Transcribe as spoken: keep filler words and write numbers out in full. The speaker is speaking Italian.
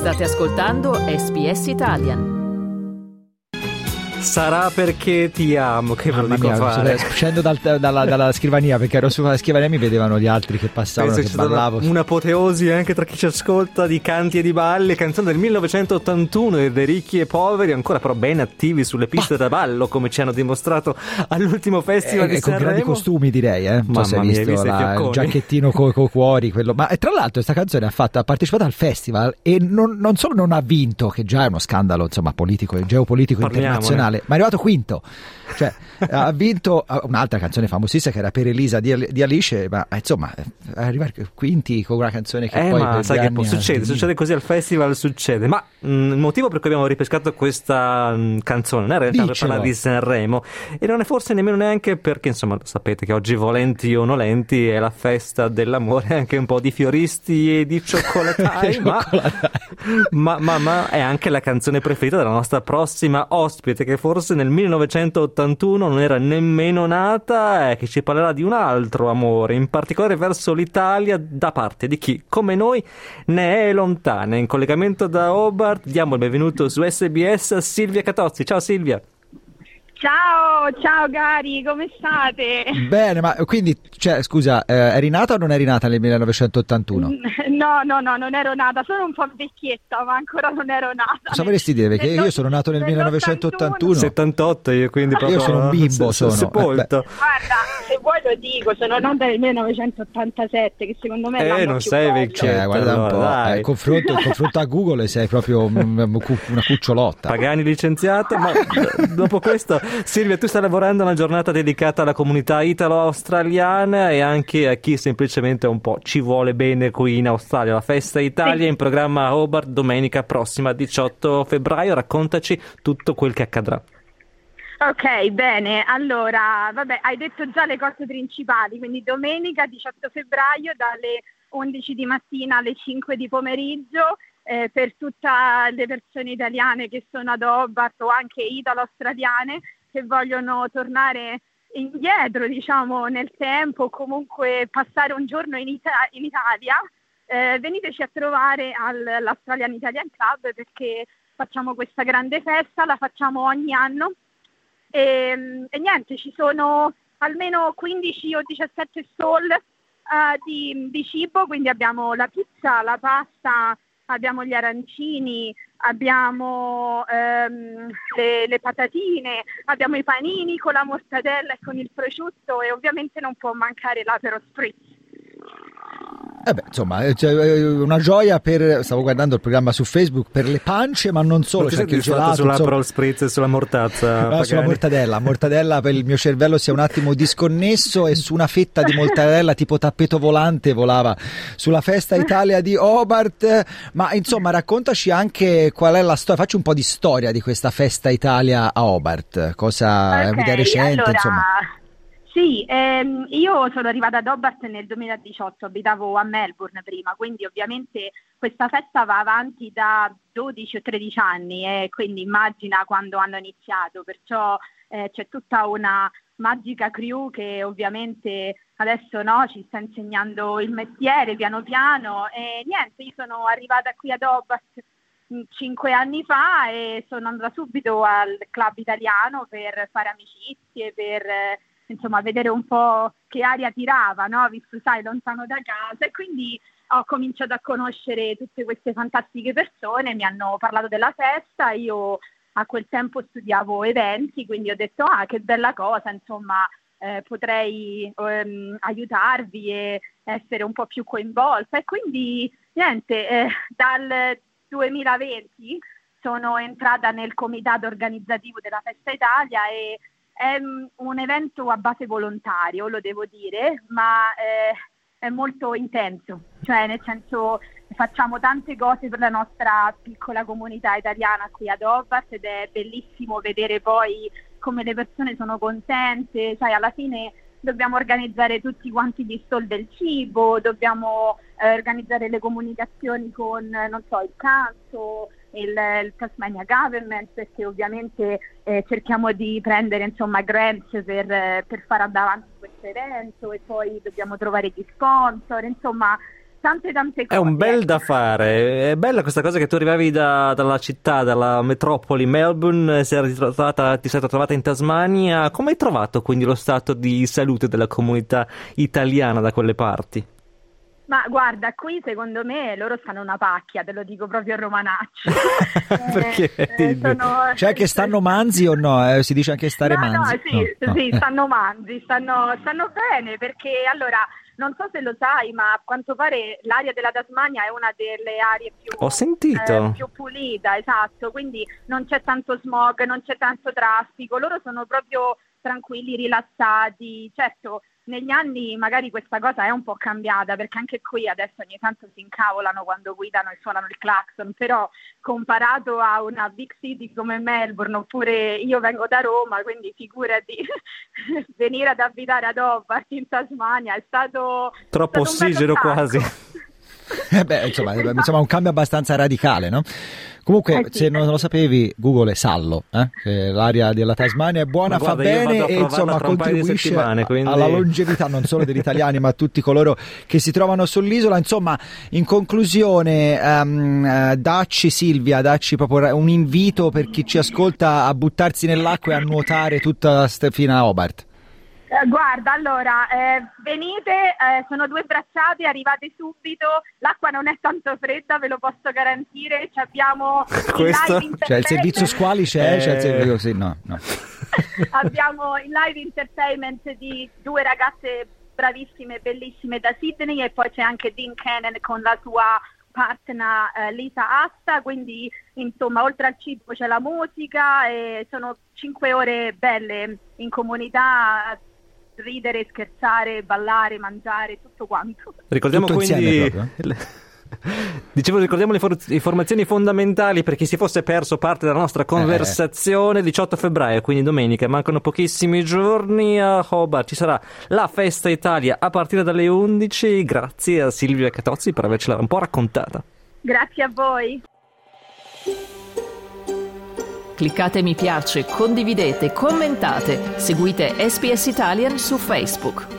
State ascoltando S B S Italian. Sarà perché ti amo che ve lo dico mia, fare. Scendo dal, dalla, dalla scrivania, perché ero sulla scrivania e mi vedevano gli altri che passavano, Penso che che ballavo. Una, un'apoteosi anche tra chi ci ascolta di canti e di balli. Canzone del millenovecentottantuno dei ricchi e poveri, ancora però ben attivi sulle piste oh. da ballo, come ci hanno dimostrato all'ultimo festival eh, di con Sanremo. grandi costumi, direi, eh. Non so se hai visto, visto la, il giacchettino con co cuori, quello. Ma tra l'altro questa canzone ha, fatto, ha partecipato al festival e non, non solo non ha vinto, che già è uno scandalo, insomma, politico, geopolitico internazionale, ma è arrivato quinto. Cioè ha vinto un'altra canzone famosissima che era Per Elisa di, di Alice, ma insomma arrivare quinti con una canzone che eh, poi ma sai che anni succede, succede così al festival, succede. Ma mh, il motivo per cui abbiamo ripescato questa mh, canzone non era in realtà per parlare di Sanremo, e non è forse nemmeno neanche perché, insomma, lo sapete che oggi, volenti o nolenti, è la festa dell'amore, anche un po' di fioristi e di cioccolatai, ma, ma, ma, ma è anche la canzone preferita della nostra prossima ospite, che forse nel millenovecentottantuno non era nemmeno nata, e che ci parlerà di un altro amore, in particolare verso l'Italia, da parte di chi, come noi, ne è lontana. In collegamento da Hobart diamo il benvenuto su S B S a Silvia Catozzi. Ciao Silvia. Ciao, ciao cari, come state? Bene, ma quindi, cioè, scusa, eh, eri nata o non eri nata nel millenovecentottantuno? No, no, no, non ero nata, sono un po' vecchietta, ma ancora non ero nata. Cosa vorresti dire? Perché io sono nato nel millenovecentottantuno. settantotto io, quindi proprio io sono un bimbo, sono sepolto. Eh, Guarda, se vuoi lo dico, sono nata nel millenovecentottantasette, che secondo me è eh, l'anno non più sei bello. vecchietta, cioè, guarda un po', allora, eh, confronto, il confronto a Google sei proprio una cucciolotta. Pagani licenziato. Ma dopo questo, Silvia, tu stai lavorando una giornata dedicata alla comunità italo-australiana e anche a chi semplicemente un po' ci vuole bene qui in Australia. La Festa Italia sì. in programma a Hobart domenica prossima, diciotto febbraio. Raccontaci tutto quel che accadrà. Ok, bene, allora, vabbè, hai detto già le cose principali, quindi domenica diciotto febbraio dalle undici di mattina alle cinque di pomeriggio, eh, per tutte le persone italiane che sono ad Hobart o anche italo-australiane che vogliono tornare indietro, diciamo, nel tempo, comunque passare un giorno in, Ita- in Italia, eh, veniteci a trovare all'Australian Italian Club, perché facciamo questa grande festa, la facciamo ogni anno e, e niente, ci sono almeno quindici o diciassette stall uh, di, di cibo, quindi abbiamo la pizza, la pasta, abbiamo gli arancini, abbiamo ehm, le, le patatine, abbiamo i panini con la mortadella e con il prosciutto, e ovviamente non può mancare l'Aperol Spritz. Eh beh, insomma, cioè, una gioia per, stavo guardando il programma su Facebook, per le pance, ma non solo, c'è anche il gelato, sull'Aperol Spritz e sulla mortazza. No, sulla mortadella, mortadella per il mio cervello si è un attimo disconnesso, e su una fetta di mortadella tipo tappeto volante volava sulla Festa Italia di Hobart. Ma insomma, raccontaci anche qual è la storia, facci un po' di storia di questa Festa Italia a Hobart, cosa okay, è un'idea recente, allora... insomma. Sì, ehm, io sono arrivata ad Hobart nel duemiladiciotto, abitavo a Melbourne prima, quindi ovviamente questa festa va avanti da dodici o tredici anni, e eh, quindi immagina quando hanno iniziato, perciò eh, c'è tutta una magica crew che ovviamente adesso no, ci sta insegnando il mestiere piano piano, e niente, io sono arrivata qui ad Hobart cinque anni fa e sono andata subito al club italiano per fare amicizie, per... Eh, insomma, vedere un po' che aria tirava, no? Visto, sai, lontano da casa, e quindi ho cominciato a conoscere tutte queste fantastiche persone, mi hanno parlato della festa, io a quel tempo studiavo eventi, quindi ho detto, ah, che bella cosa, insomma, eh, potrei ehm, aiutarvi e essere un po' più coinvolta, e quindi, niente, eh, dal duemilaventi sono entrata nel comitato organizzativo della Festa Italia, e è un evento a base volontario, lo devo dire, ma eh, è molto intenso, cioè nel senso facciamo tante cose per la nostra piccola comunità italiana qui ad Hobart, ed è bellissimo vedere poi come le persone sono contente, sai, alla fine dobbiamo organizzare tutti quanti gli stall del cibo, dobbiamo eh, organizzare le comunicazioni con, non so, il canto, il, il Tasmania Government, perché ovviamente eh, cerchiamo di prendere insomma grants per, eh, per fare andare avanti questo evento, e poi dobbiamo trovare gli sponsor, insomma tante tante cose. È un bel ecco. da fare, è bella questa cosa che tu arrivavi da, dalla città, dalla metropoli Melbourne, sei ritrovata, ti sei trovata in Tasmania. Come hai trovato quindi lo stato di salute della comunità italiana da quelle parti? Ma guarda, qui secondo me loro stanno una pacchia, te lo dico proprio a romanaccio. Perché? Eh, eh, sono... Cioè che stanno manzi o no? Eh, si dice anche stare no, manzi. No, sì, no, sì, no. stanno manzi, stanno, stanno bene perché allora... Non so se lo sai, ma a quanto pare l'area della Tasmania è una delle aree più, Ho sentito. eh, più pulita, esatto, quindi non c'è tanto smog, non c'è tanto traffico, loro sono proprio tranquilli, rilassati. Certo, negli anni magari questa cosa è un po' cambiata, perché anche qui adesso ogni tanto si incavolano quando guidano e suonano il clacson, però comparato a una big city come Melbourne, oppure io vengo da Roma, quindi figurati venire ad abitare ad Hobart in Tasmania è stato troppo è stato un ossigeno bello quasi. Eh beh, insomma, insomma, un cambio abbastanza radicale, no? Comunque, Eh sì, se non lo sapevi, Google è sallo, eh? Che l'area della Tasmania è buona, Ma fa guarda, io bene vado a e provarla insomma tra un paio di contribuisce settimane, quindi... alla longevità non solo degli italiani ma tutti coloro che si trovano sull'isola. Insomma, in conclusione, um, dacci Silvia, dacci proprio un invito per chi ci ascolta a buttarsi nell'acqua e a nuotare tutta fino a Hobart. Eh, guarda, allora, eh, venite, eh, sono due bracciate, arrivate subito, l'acqua non è tanto fredda, ve lo posso garantire, ci abbiamo Questo? il live Cioè il servizio squalice è? Eh... Cioè, il servizio, sì, no, no. abbiamo il live entertainment di due ragazze bravissime, bellissime da Sydney, e poi c'è anche Dean Cannon con la sua partner eh, Lisa Asta, quindi insomma oltre al cibo c'è la musica e sono cinque ore belle in comunità, ridere, scherzare, ballare, mangiare, tutto quanto. Ricordiamo Tutto quindi insieme Dicevo, ricordiamo le for- informazioni fondamentali per chi si fosse perso parte della nostra conversazione. diciotto febbraio, quindi domenica, mancano pochissimi giorni. A Hobart ci sarà la Festa Italia a partire dalle undici. Grazie a Silvia Catozzi per avercela un po' raccontata. Grazie a voi. Cliccate mi piace, condividete, commentate, seguite S B S Italian su Facebook.